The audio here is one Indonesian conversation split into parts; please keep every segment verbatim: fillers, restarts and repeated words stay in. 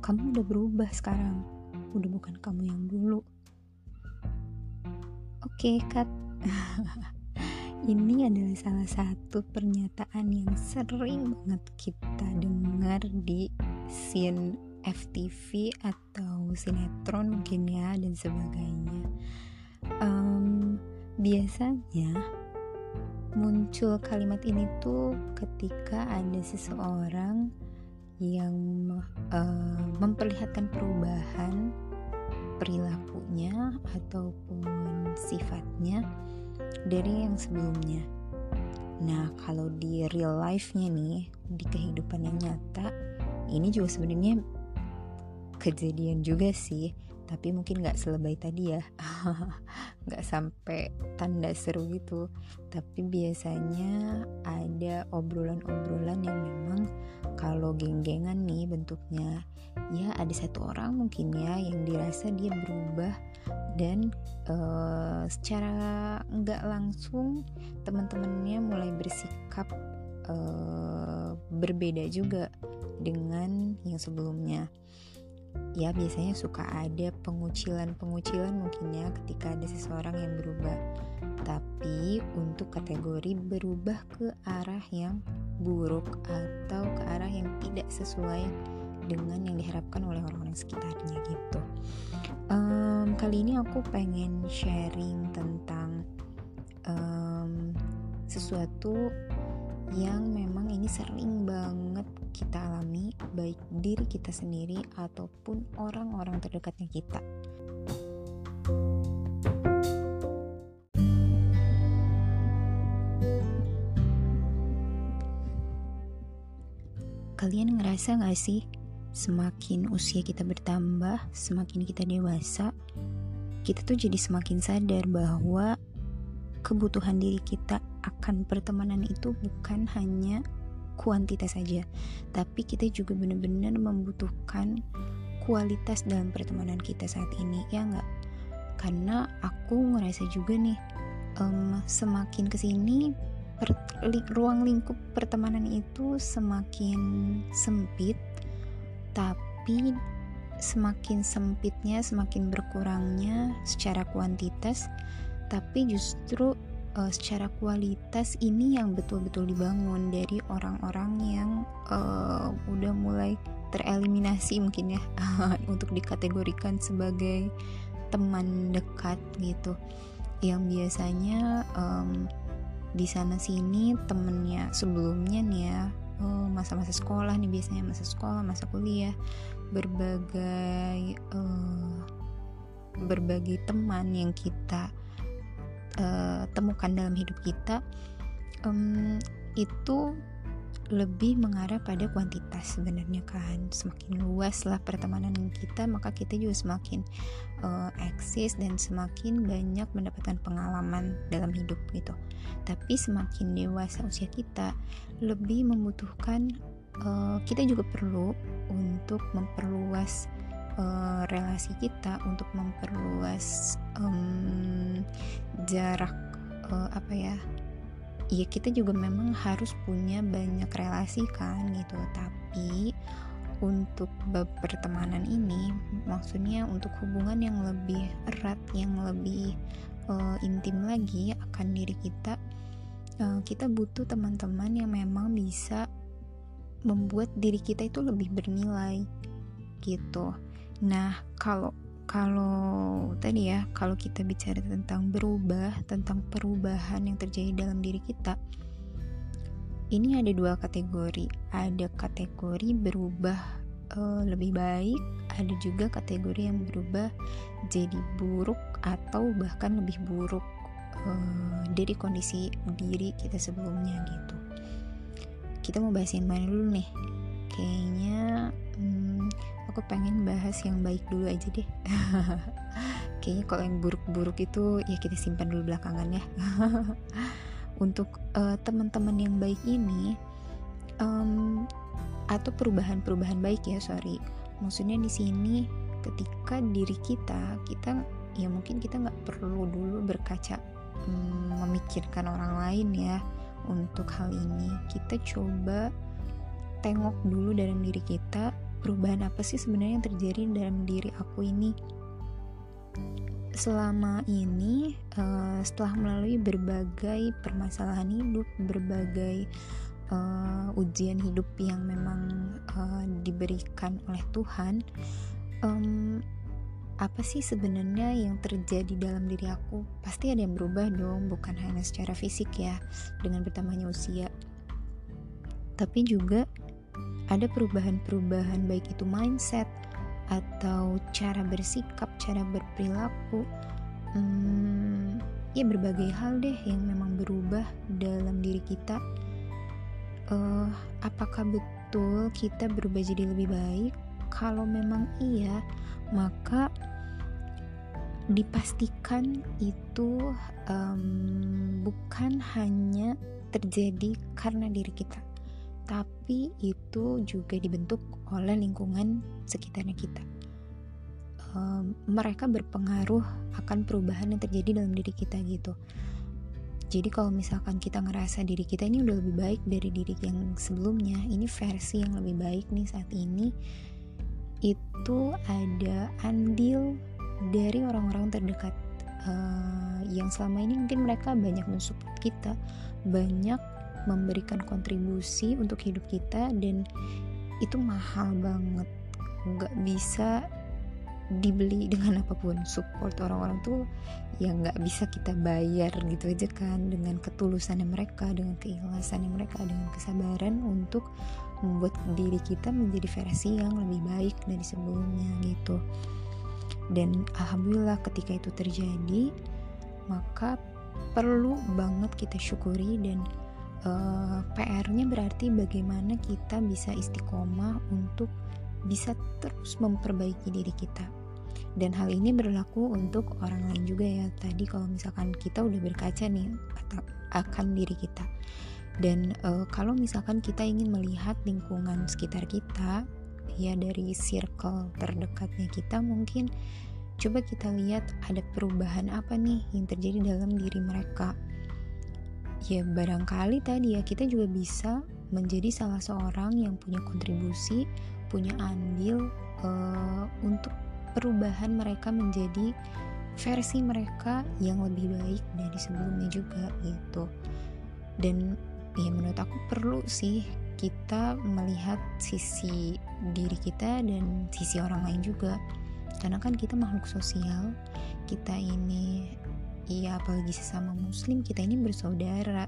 kamu udah berubah sekarang, udah bukan kamu yang dulu. Oke, Kat. Ini adalah salah satu pernyataan yang sering banget kita dengar di scene F T V atau sinetron mungkin ya, dan sebagainya. um, Biasanya muncul kalimat ini tuh ketika ada seseorang yang uh, memperlihatkan perubahan perilakunya ataupun sifatnya dari yang sebelumnya. Nah, kalau di real life-nya nih, di kehidupan yang nyata, ini juga sebenarnya kejadian juga sih, tapi mungkin gak selebay tadi ya. Gak sampai tanda seru gitu. Tapi biasanya ada obrolan-obrolan yang memang kalau geng-gengan nih bentuknya, ya ada satu orang mungkin ya yang dirasa dia berubah, dan uh, secara nggak langsung teman-temannya mulai bersikap uh, berbeda juga dengan yang sebelumnya. Ya biasanya suka ada pengucilan-pengucilan mungkin ya ketika ada seseorang yang berubah. Tapi untuk kategori berubah ke arah yang buruk atau ke arah yang tidak sesuai dengan yang diharapkan oleh orang-orang sekitarnya gitu. Um, kali ini aku pengen sharing tentang um, sesuatu yang memang ini sering banget kita alami, baik diri kita sendiri ataupun orang-orang terdekatnya kita. Kalian ngerasa gak sih, semakin usia kita bertambah, semakin kita dewasa, kita tuh jadi semakin sadar bahwa kebutuhan diri kita akan pertemanan itu bukan hanya kuantitas saja, tapi kita juga benar-benar membutuhkan kualitas dalam pertemanan kita saat ini, ya nggak? Karena aku ngerasa juga nih, um, semakin kesini per, li, ruang lingkup pertemanan itu semakin sempit, tapi semakin sempitnya, semakin berkurangnya secara kuantitas, tapi justru uh, secara kualitas ini yang betul-betul dibangun dari orang-orang yang uh, udah mulai tereliminasi mungkin ya untuk dikategorikan sebagai teman dekat gitu, yang biasanya um, di sana sini temennya sebelumnya nih ya, uh, masa-masa sekolah nih, biasanya masa sekolah, masa kuliah, berbagai uh, berbagai teman yang kita Uh, temukan dalam hidup kita, um, itu lebih mengarah pada kuantitas sebenarnya kan. Semakin luas lah pertemanan kita, maka kita juga semakin uh, eksis dan semakin banyak mendapatkan pengalaman dalam hidup gitu. Tapi semakin dewasa usia kita, lebih membutuhkan uh, kita juga perlu untuk memperluas Uh, relasi kita, untuk memperluas um, jarak uh, apa ya ya kita juga memang harus punya banyak relasi kan gitu. Tapi untuk bab pertemanan ini, maksudnya untuk hubungan yang lebih erat, yang lebih uh, intim lagi akan diri kita, uh, kita butuh teman-teman yang memang bisa membuat diri kita itu lebih bernilai gitu. Nah, kalau kalau tadi ya, kalau kita bicara tentang berubah, tentang perubahan yang terjadi dalam diri kita, ini ada dua kategori. Ada kategori berubah uh, lebih baik, ada juga kategori yang berubah jadi buruk atau bahkan lebih buruk uh, dari kondisi diri kita sebelumnya gitu. Kita mau bahas yang mana dulu nih? Kayaknya hmm, aku pengen bahas yang baik dulu aja deh. Kayaknya kalau yang buruk-buruk itu ya kita simpan dulu belakangan ya. Untuk uh, teman-teman yang baik ini, um, atau perubahan-perubahan baik ya, sorry. Maksudnya di sini ketika diri kita, kita ya mungkin kita nggak perlu dulu berkaca um, memikirkan orang lain ya. Untuk hal ini kita coba tengok dulu dalam diri kita, perubahan apa sih sebenarnya yang terjadi dalam diri aku ini selama ini, uh, setelah melalui berbagai permasalahan hidup, berbagai uh, ujian hidup yang memang uh, diberikan oleh Tuhan. um, apa sih sebenarnya yang terjadi dalam diri aku? Pasti ada yang berubah dong, bukan hanya secara fisik ya, dengan bertambahnya usia, tapi juga ada perubahan-perubahan, baik itu mindset atau cara bersikap, cara berperilaku, hmm, ya berbagai hal deh yang memang berubah dalam diri kita. Uh, apakah betul kita berubah jadi lebih baik? Kalau memang iya, maka dipastikan itu um, bukan hanya terjadi karena diri kita, tapi itu juga dibentuk oleh lingkungan sekitarnya kita. Um, mereka berpengaruh akan perubahan yang terjadi dalam diri kita gitu. Jadi kalau misalkan kita ngerasa diri kita ini udah lebih baik dari diri yang sebelumnya, ini versi yang lebih baik nih saat ini, itu ada andil dari orang-orang terdekat uh, yang selama ini mungkin mereka banyak mensupport kita, banyak memberikan kontribusi untuk hidup kita, dan itu mahal banget, nggak bisa dibeli dengan apapun. Support orang-orang tuh ya nggak bisa kita bayar gitu aja kan, dengan ketulusannya mereka, dengan keikhlasannya mereka, dengan kesabaran untuk membuat diri kita menjadi versi yang lebih baik dari sebelumnya gitu. Dan alhamdulillah ketika itu terjadi, maka perlu banget kita syukuri. Dan Uh, P R-nya berarti bagaimana kita bisa istiqomah untuk bisa terus memperbaiki diri kita. Dan hal ini berlaku untuk orang lain juga ya. Tadi kalau misalkan kita udah berkaca nih akan diri kita, dan uh, kalau misalkan kita ingin melihat lingkungan sekitar kita, ya dari circle terdekatnya kita, mungkin coba kita lihat ada perubahan apa nih yang terjadi dalam diri mereka. Ya barangkali tadi ya kita juga bisa menjadi salah seorang yang punya kontribusi, punya andil uh, untuk perubahan mereka menjadi versi mereka yang lebih baik dari sebelumnya juga gitu. Dan ya menurut aku perlu sih kita melihat sisi diri kita dan sisi orang lain juga, karena kan kita makhluk sosial, kita ini iya apalagi sesama muslim, kita ini bersaudara.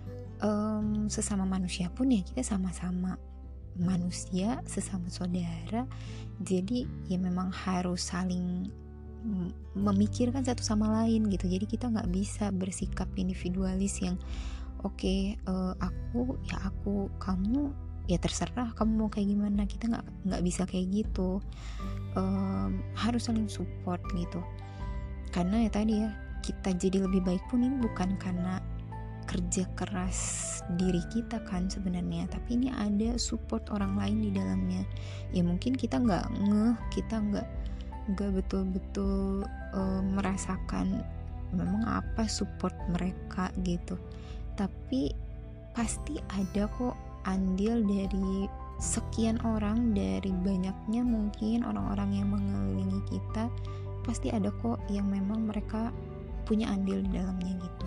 Um, sesama manusia pun ya kita sama-sama manusia, sesama saudara. Jadi ya memang harus saling memikirkan satu sama lain gitu. Jadi kita nggak bisa bersikap individualis yang oke okay, uh, aku ya aku, kamu ya terserah kamu mau kayak gimana. Kita nggak nggak bisa kayak gitu. Um, harus saling support gitu. Karena ya tadi ya, kita jadi lebih baik pun ini bukan karena kerja keras diri kita kan sebenarnya, tapi ini ada support orang lain di dalamnya. Ya mungkin kita nggak ngeh, kita nggak nggak betul-betul uh, merasakan memang apa support mereka gitu, tapi pasti ada kok andil dari sekian orang, dari banyaknya mungkin orang-orang yang mengelilingi kita, pasti ada kok yang memang mereka punya andil di dalamnya gitu.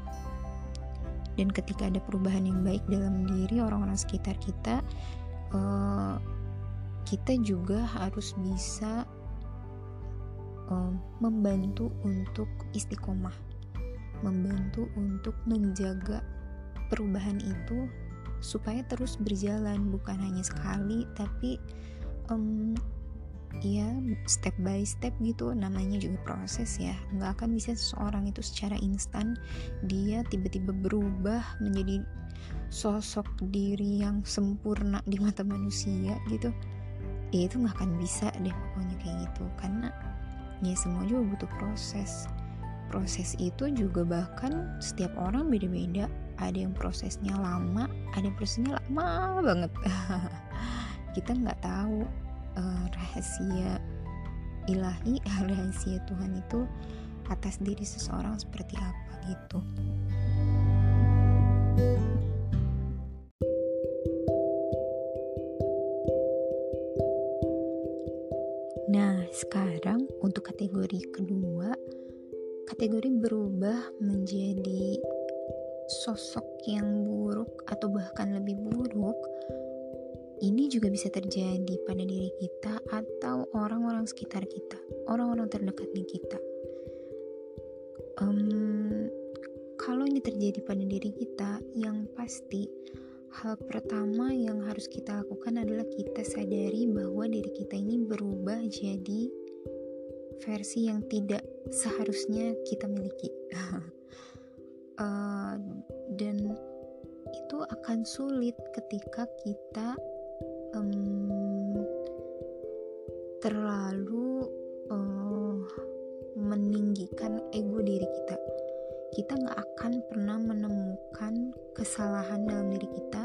Dan ketika ada perubahan yang baik dalam diri orang-orang sekitar kita, uh, kita juga harus bisa uh, membantu untuk istiqomah, membantu untuk menjaga perubahan itu supaya terus berjalan, bukan hanya sekali, tapi um, ya step by step gitu. Namanya juga proses ya, nggak akan bisa seseorang itu secara instan dia tiba-tiba berubah menjadi sosok diri yang sempurna di mata manusia gitu. Ya itu nggak akan bisa deh pokoknya kayak gitu, karena ya semua juga butuh proses. Proses itu juga bahkan setiap orang beda-beda. Ada yang prosesnya lama, ada yang prosesnya lama banget. Kita nggak tahu Uh, rahasia ilahi, rahasia Tuhan itu atas diri seseorang seperti apa gitu. Nah, sekarang untuk kategori kedua, kategori berubah menjadi sosok yang buruk atau bahkan lebih buruk, ini juga bisa terjadi pada diri kita atau orang-orang sekitar kita, orang-orang terdekat di kita. Um, kalau ini terjadi pada diri kita, yang pasti hal pertama yang harus kita lakukan adalah kita sadari bahwa diri kita ini berubah jadi versi yang tidak seharusnya kita miliki. uh, dan itu akan sulit ketika kita um, terlalu uh, meninggikan ego diri kita. Kita gak akan pernah menemukan kesalahan dalam diri kita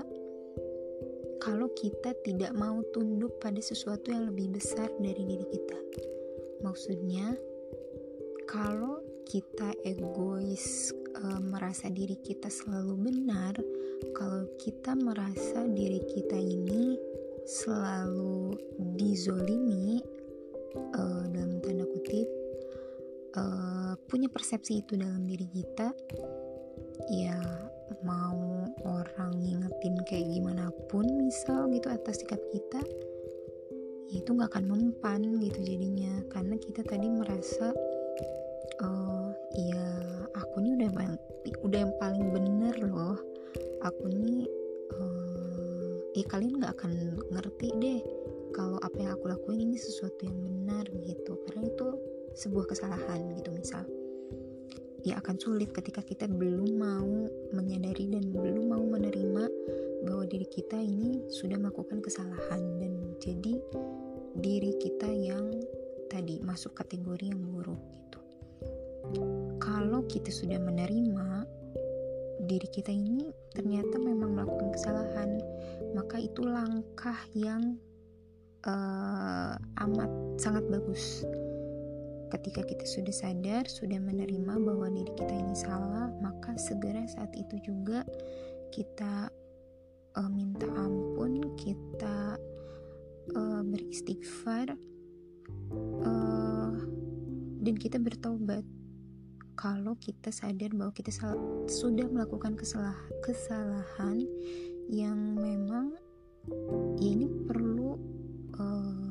kalau kita tidak mau tunduk pada sesuatu yang lebih besar dari diri kita. Maksudnya, kalau kita egois, e, merasa diri kita selalu benar, kalau kita merasa diri kita ini selalu dizolimi, e, dalam tanda kutip, Uh, punya persepsi itu dalam diri kita, ya mau orang ngingetin kayak gimana pun misal gitu atas sikap kita, ya itu gak akan mempan gitu jadinya, karena kita tadi merasa uh, ya aku ini udah udah yang paling bener loh, aku ini uh, ya kalian gak akan ngerti deh kalau apa yang aku lakuin ini sesuatu yang benar gitu, karena itu sebuah kesalahan gitu misal. Ya akan sulit ketika kita belum mau menyadari dan belum mau menerima bahwa diri kita ini sudah melakukan kesalahan dan jadi diri kita yang tadi masuk kategori yang buruk gitu. Kalau kita sudah menerima diri kita ini ternyata memang melakukan kesalahan, maka itu langkah yang uh, amat sangat bagus. Ketika kita sudah sadar, sudah menerima bahwa diri kita ini salah, maka segera saat itu juga kita uh, minta ampun, kita uh, beristighfar, uh, dan kita bertobat. Kalau kita sadar bahwa kita sal- sudah melakukan kesalah- kesalahan yang memang ya ini perlu uh,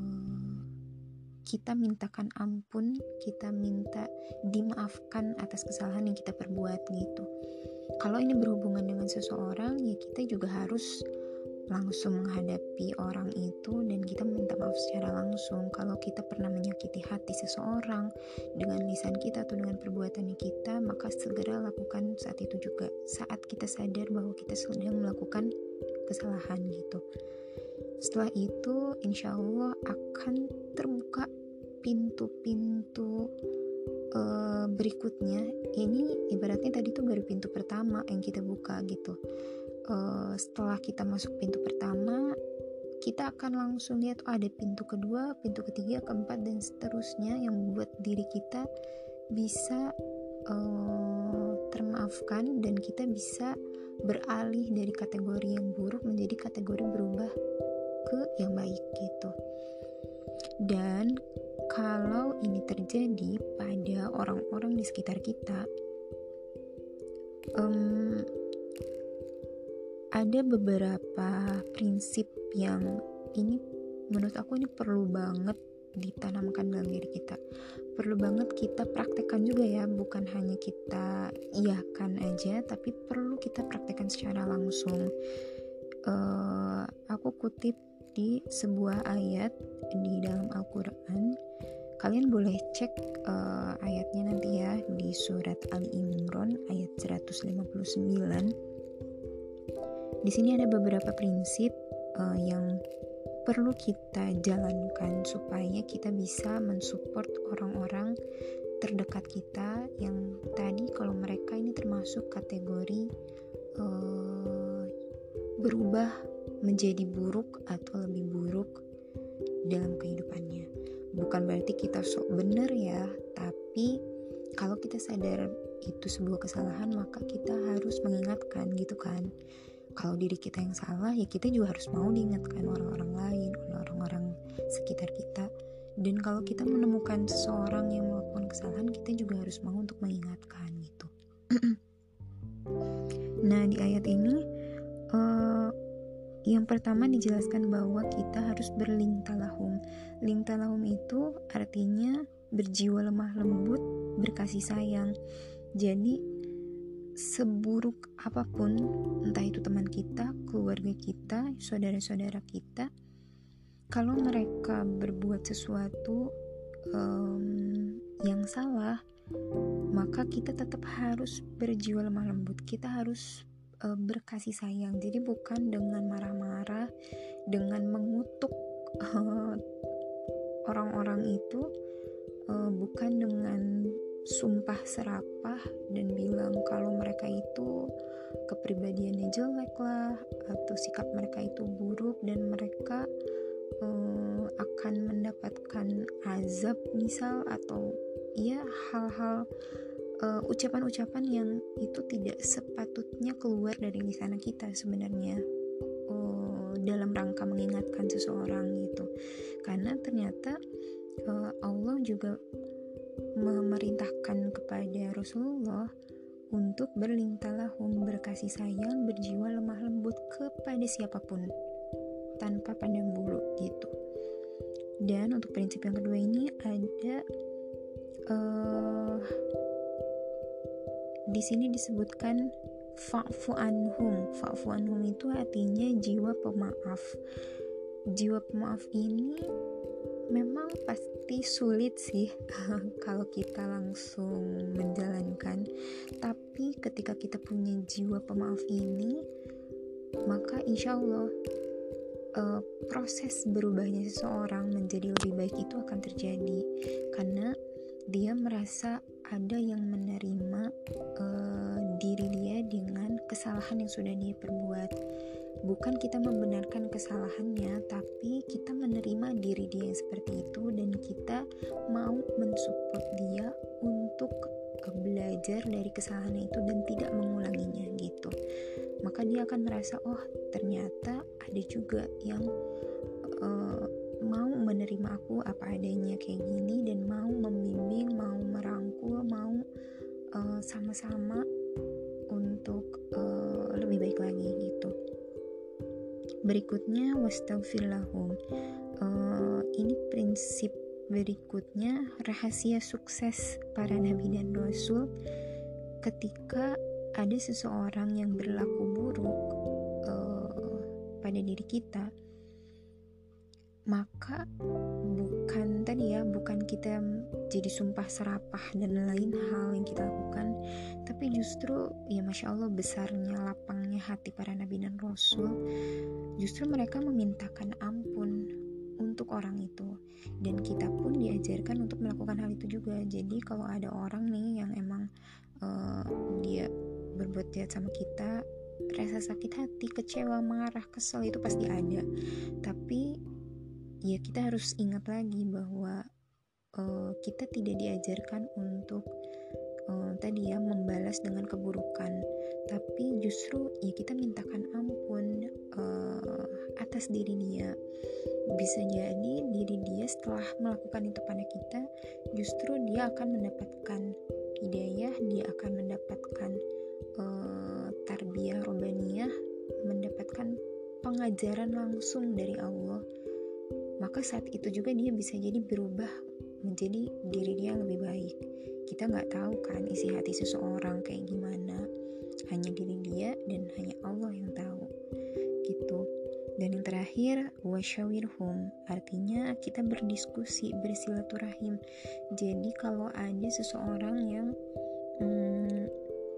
kita mintakan ampun, kita minta dimaafkan atas kesalahan yang kita perbuat gitu. Kalau ini berhubungan dengan seseorang, ya kita juga harus langsung menghadapi orang itu dan kita minta maaf secara langsung. Kalau kita pernah menyakiti hati seseorang dengan lisan kita atau dengan perbuatan kita, maka segera lakukan saat itu juga, saat kita sadar bahwa kita sedang melakukan kesalahan gitu. Setelah itu insya Allah akan terbuka pintu-pintu uh, berikutnya. Ini ibaratnya tadi tuh baru pintu pertama yang kita buka gitu. Uh, setelah kita masuk pintu pertama, kita akan langsung lihat oh, ada pintu kedua, pintu ketiga, keempat dan seterusnya yang membuat diri kita bisa uh, termaafkan dan kita bisa beralih dari kategori yang buruk menjadi kategori berubah ke yang baik gitu. Dan kalau ini terjadi pada orang-orang di sekitar kita, um, ada beberapa prinsip yang ini menurut aku ini perlu banget ditanamkan dalam diri kita, perlu banget kita praktekkan juga ya, bukan hanya kita iyakan aja, tapi perlu kita praktekkan secara langsung. Uh, aku kutip di sebuah ayat di dalam Al-Quran. Kalian boleh cek uh, ayatnya nanti ya di surat Ali Imran ayat seratus lima puluh sembilan. Di sini ada beberapa prinsip uh, yang perlu kita jalankan supaya kita bisa mensupport orang-orang terdekat kita yang tadi kalau mereka ini termasuk kategori uh, berubah menjadi buruk atau lebih buruk dalam kehidupannya. Bukan berarti kita sok benar ya, tapi kalau kita sadar itu sebuah kesalahan, maka kita harus mengingatkan gitu kan. Kalau diri kita yang salah, ya kita juga harus mau diingatkan orang-orang lain, oleh orang-orang sekitar kita. Dan kalau kita menemukan seseorang yang melakukan kesalahan, kita juga harus mau untuk mengingatkan gitu. Nah, di ayat ini uh, yang pertama dijelaskan bahwa kita harus berlingtalahum. Lingtalahum itu artinya berjiwa lemah lembut, berkasih sayang. Jadi seburuk apapun, entah itu teman kita, keluarga kita, saudara-saudara kita, kalau mereka berbuat sesuatu um, yang salah, maka kita tetap harus berjiwa lemah lembut. Kita harus uh, berkasih sayang. Jadi bukan dengan marah-marah, dengan mengutuk uh, orang-orang itu, uh, bukan dengan sumpah serapah dan bilang kalau mereka itu kepribadiannya jelek lah, atau sikap mereka itu buruk dan mereka Uh, akan mendapatkan azab misal, atau ya hal-hal uh, ucapan-ucapan yang itu tidak sepatutnya keluar dari lisan kita sebenarnya uh, dalam rangka mengingatkan seseorang gitu. Karena ternyata uh, Allah juga memerintahkan kepada Rasulullah untuk berlingtalahum, berkasih sayang, berjiwa lemah lembut kepada siapapun tanpa pandang bulu gitu. Dan untuk prinsip yang kedua ini ada uh, di sini disebutkan fa'fu anhum. Fa'fu anhum itu artinya jiwa pemaaf. Jiwa pemaaf ini memang pasti sulit sih kalau kita langsung menjalankan, tapi ketika kita punya jiwa pemaaf ini, maka insya Allah Uh, proses berubahnya seseorang menjadi lebih baik itu akan terjadi karena dia merasa ada yang menerima uh, diri dia dengan kesalahan yang sudah dia perbuat. Bukan kita membenarkan kesalahannya, tapi kita menerima diri dia yang seperti itu dan kita mau mensupport dia untuk uh, belajar dari kesalahannya itu dan tidak mengulanginya gitu. Maka dia akan merasa, oh ternyata ada juga yang uh, mau menerima aku apa adanya kayak gini dan mau membimbing, mau merangkul, mau uh, sama-sama untuk uh, lebih baik lagi gitu. Berikutnya wastaghfir lahum. Uh, ini prinsip berikutnya, rahasia sukses para nabi dan rasul ketika ada seseorang yang berlaku buruk uh, pada diri kita, maka bukan tadi ya, bukan kita jadi sumpah serapah dan lain hal yang kita lakukan, tapi justru ya Masya Allah besarnya lapangnya hati para nabi dan rasul, justru mereka memintakan ampun untuk orang itu, dan kita pun diajarkan untuk melakukan hal itu juga. Jadi kalau ada orang nih yang emang uh, dia berbuat jahat sama kita, rasa sakit hati, kecewa, marah, kesel itu pasti ada. Tapi ya kita harus ingat lagi bahwa uh, kita tidak diajarkan untuk uh, tadi ya membalas dengan keburukan, tapi justru ya kita mintakan ampun uh, atas diri dia. Bisa jadi diri dia setelah melakukan itu pada kita, justru dia akan mendapatkan hidayah, dia akan mendapatkan Uh, tarbiyah robaniyah, mendapatkan pengajaran langsung dari Allah. Maka saat itu juga dia bisa jadi berubah menjadi diri dia yang lebih baik. Kita nggak tahu kan isi hati seseorang kayak gimana, hanya diri dia dan hanya Allah yang tahu gitu. Dan yang terakhir wasyawirhum, artinya kita berdiskusi, bersilaturahim. Jadi kalau ada seseorang yang hmm,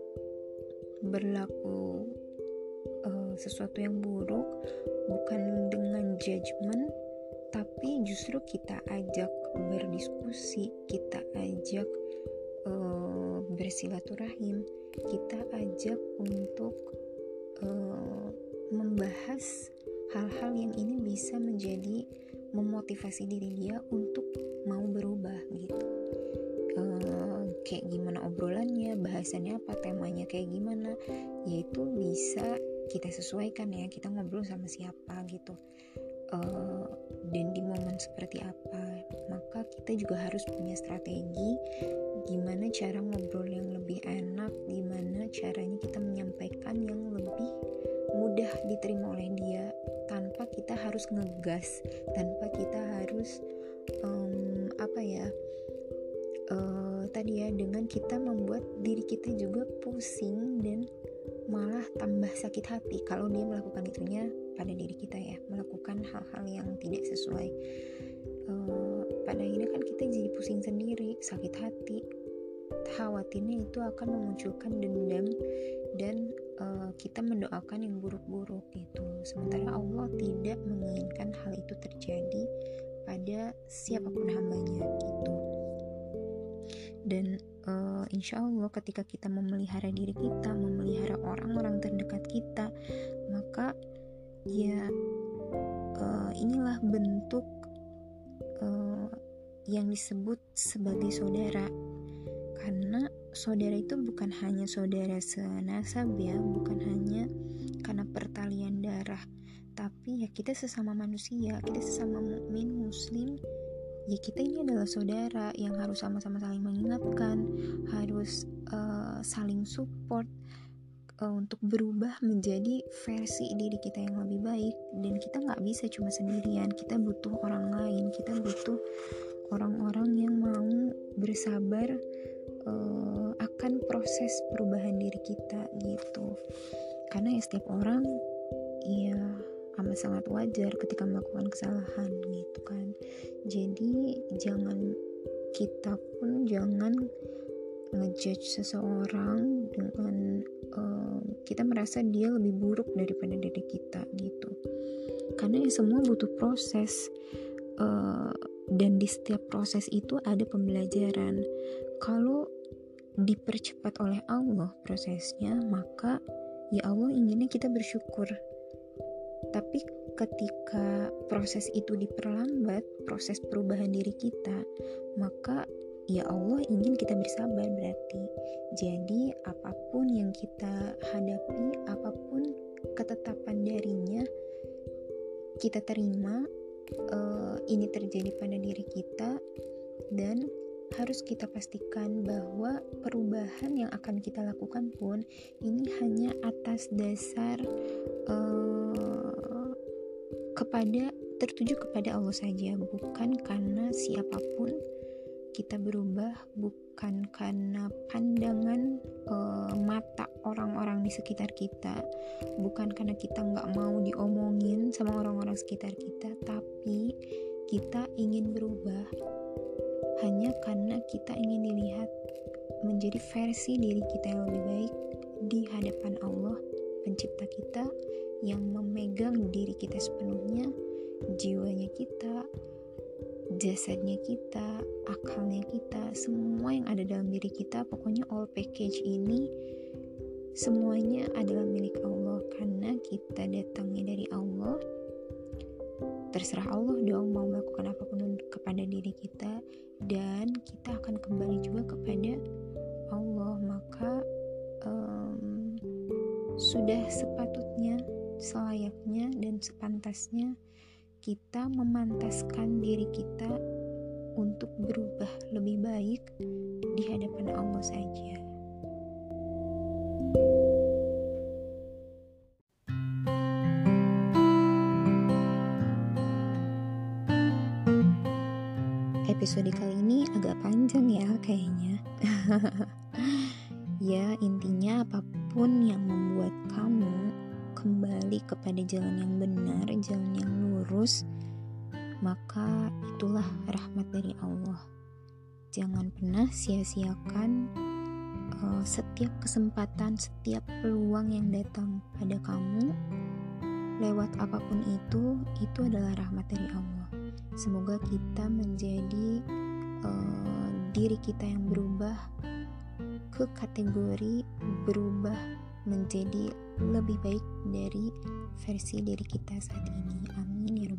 berlaku uh, sesuatu yang buruk, bukan dengan judgement, tapi justru kita ajak berdiskusi, kita ajak uh, bersilaturahim, kita ajak untuk uh, membahas hal-hal yang ini bisa menjadi memotivasi diri dia untuk mau berubah gitu. Uh, kayak gimana obrolannya, bahasannya apa, temanya kayak gimana, yaitu bisa kita sesuaikan ya, kita ngobrol sama siapa gitu. uh, dan di momen seperti apa. Maka kita juga harus punya strategi gimana cara ngobrol yang lebih enak, gimana caranya kita menyampaikan yang lebih mudah diterima oleh dia, tanpa kita harus ngegas, tanpa kita harus um, apa ya uh, tadi ya dengan kita membuat diri kita juga pusing dan malah tambah sakit hati kalau dia melakukan itunya pada diri kita ya, melakukan hal-hal yang tidak sesuai. Uh, pada akhirnya kan kita jadi pusing sendiri, sakit hati, khawatirnya itu akan memunculkan dendam dan uh, kita mendoakan yang buruk-buruk gitu. Sementara Allah tidak menginginkan hal itu terjadi pada siapapun hambanya gitu. Dan uh, insya Allah ketika kita memelihara diri kita, memelihara orang-orang terdekat kita, maka ya uh, inilah bentuk uh, yang disebut sebagai saudara. Karena saudara itu bukan hanya saudara senasab ya, bukan hanya karena pertalian darah, tapi ya kita sesama manusia, kita sesama mukmin muslim, ya kita ini adalah saudara yang harus sama-sama saling mengingatkan, harus uh, saling support uh, untuk berubah menjadi versi diri kita yang lebih baik. Dan kita nggak bisa cuma sendirian, kita butuh orang lain, kita butuh orang-orang yang mau bersabar uh, akan proses perubahan diri kita gitu. Karena ya setiap orang ya amat sangat wajar ketika melakukan kesalahan gitu kan. Jadi jangan, kita pun jangan ngejudge seseorang dengan uh, kita merasa dia lebih buruk daripada diri kita gitu. Karena ya semua butuh proses, uh, dan di setiap proses itu ada pembelajaran. Kalau dipercepat oleh Allah prosesnya, maka ya Allah inginnya kita bersyukur. Tapi ketika proses itu diperlambat, proses perubahan diri kita, maka ya Allah ingin kita bersabar berarti. Jadi apapun yang kita hadapi, apapun ketetapan darinya, kita terima. Uh, ini terjadi pada diri kita, dan harus kita pastikan bahwa perubahan yang akan kita lakukan pun ini hanya atas dasar uh, kepada tertuju kepada Allah saja, bukan karena siapapun kita berubah, bukan karena pandangan uh, mata orang-orang di sekitar kita, bukan karena kita nggak mau diomongin sama orang-orang sekitar kita, tapi kita ingin berubah hanya karena kita ingin dilihat menjadi versi diri kita yang lebih baik di hadapan Allah pencipta kita, yang memegang diri kita sepenuhnya, jiwanya kita, jasadnya kita, akalnya kita, semua yang ada dalam diri kita, pokoknya all package ini semuanya adalah milik Allah. Karena kita datangnya dari Allah, terserah Allah dong mau melakukan apapun kepada diri kita, dan kita akan kembali juga kepada Allah. Maka um, sudah sepatutnya, selayaknya, dan sepantasnya kita memantaskan diri kita untuk berubah lebih baik di hadapan Allah saja. Episode kali ini agak panjang ya kayaknya. Ya intinya apapun yang membuat kamu kembali kepada jalan yang benar, jalan yang lurus, maka itulah rahmat dari Allah. Jangan pernah sia-siakan uh, setiap kesempatan, setiap peluang yang datang pada kamu, lewat apapun itu, itu adalah rahmat dari Allah. Semoga kita menjadi uh, diri kita yang berubah ke kategori berubah menjadi lebih baik dari versi diri kita saat ini. Amin ya rabbal alamin.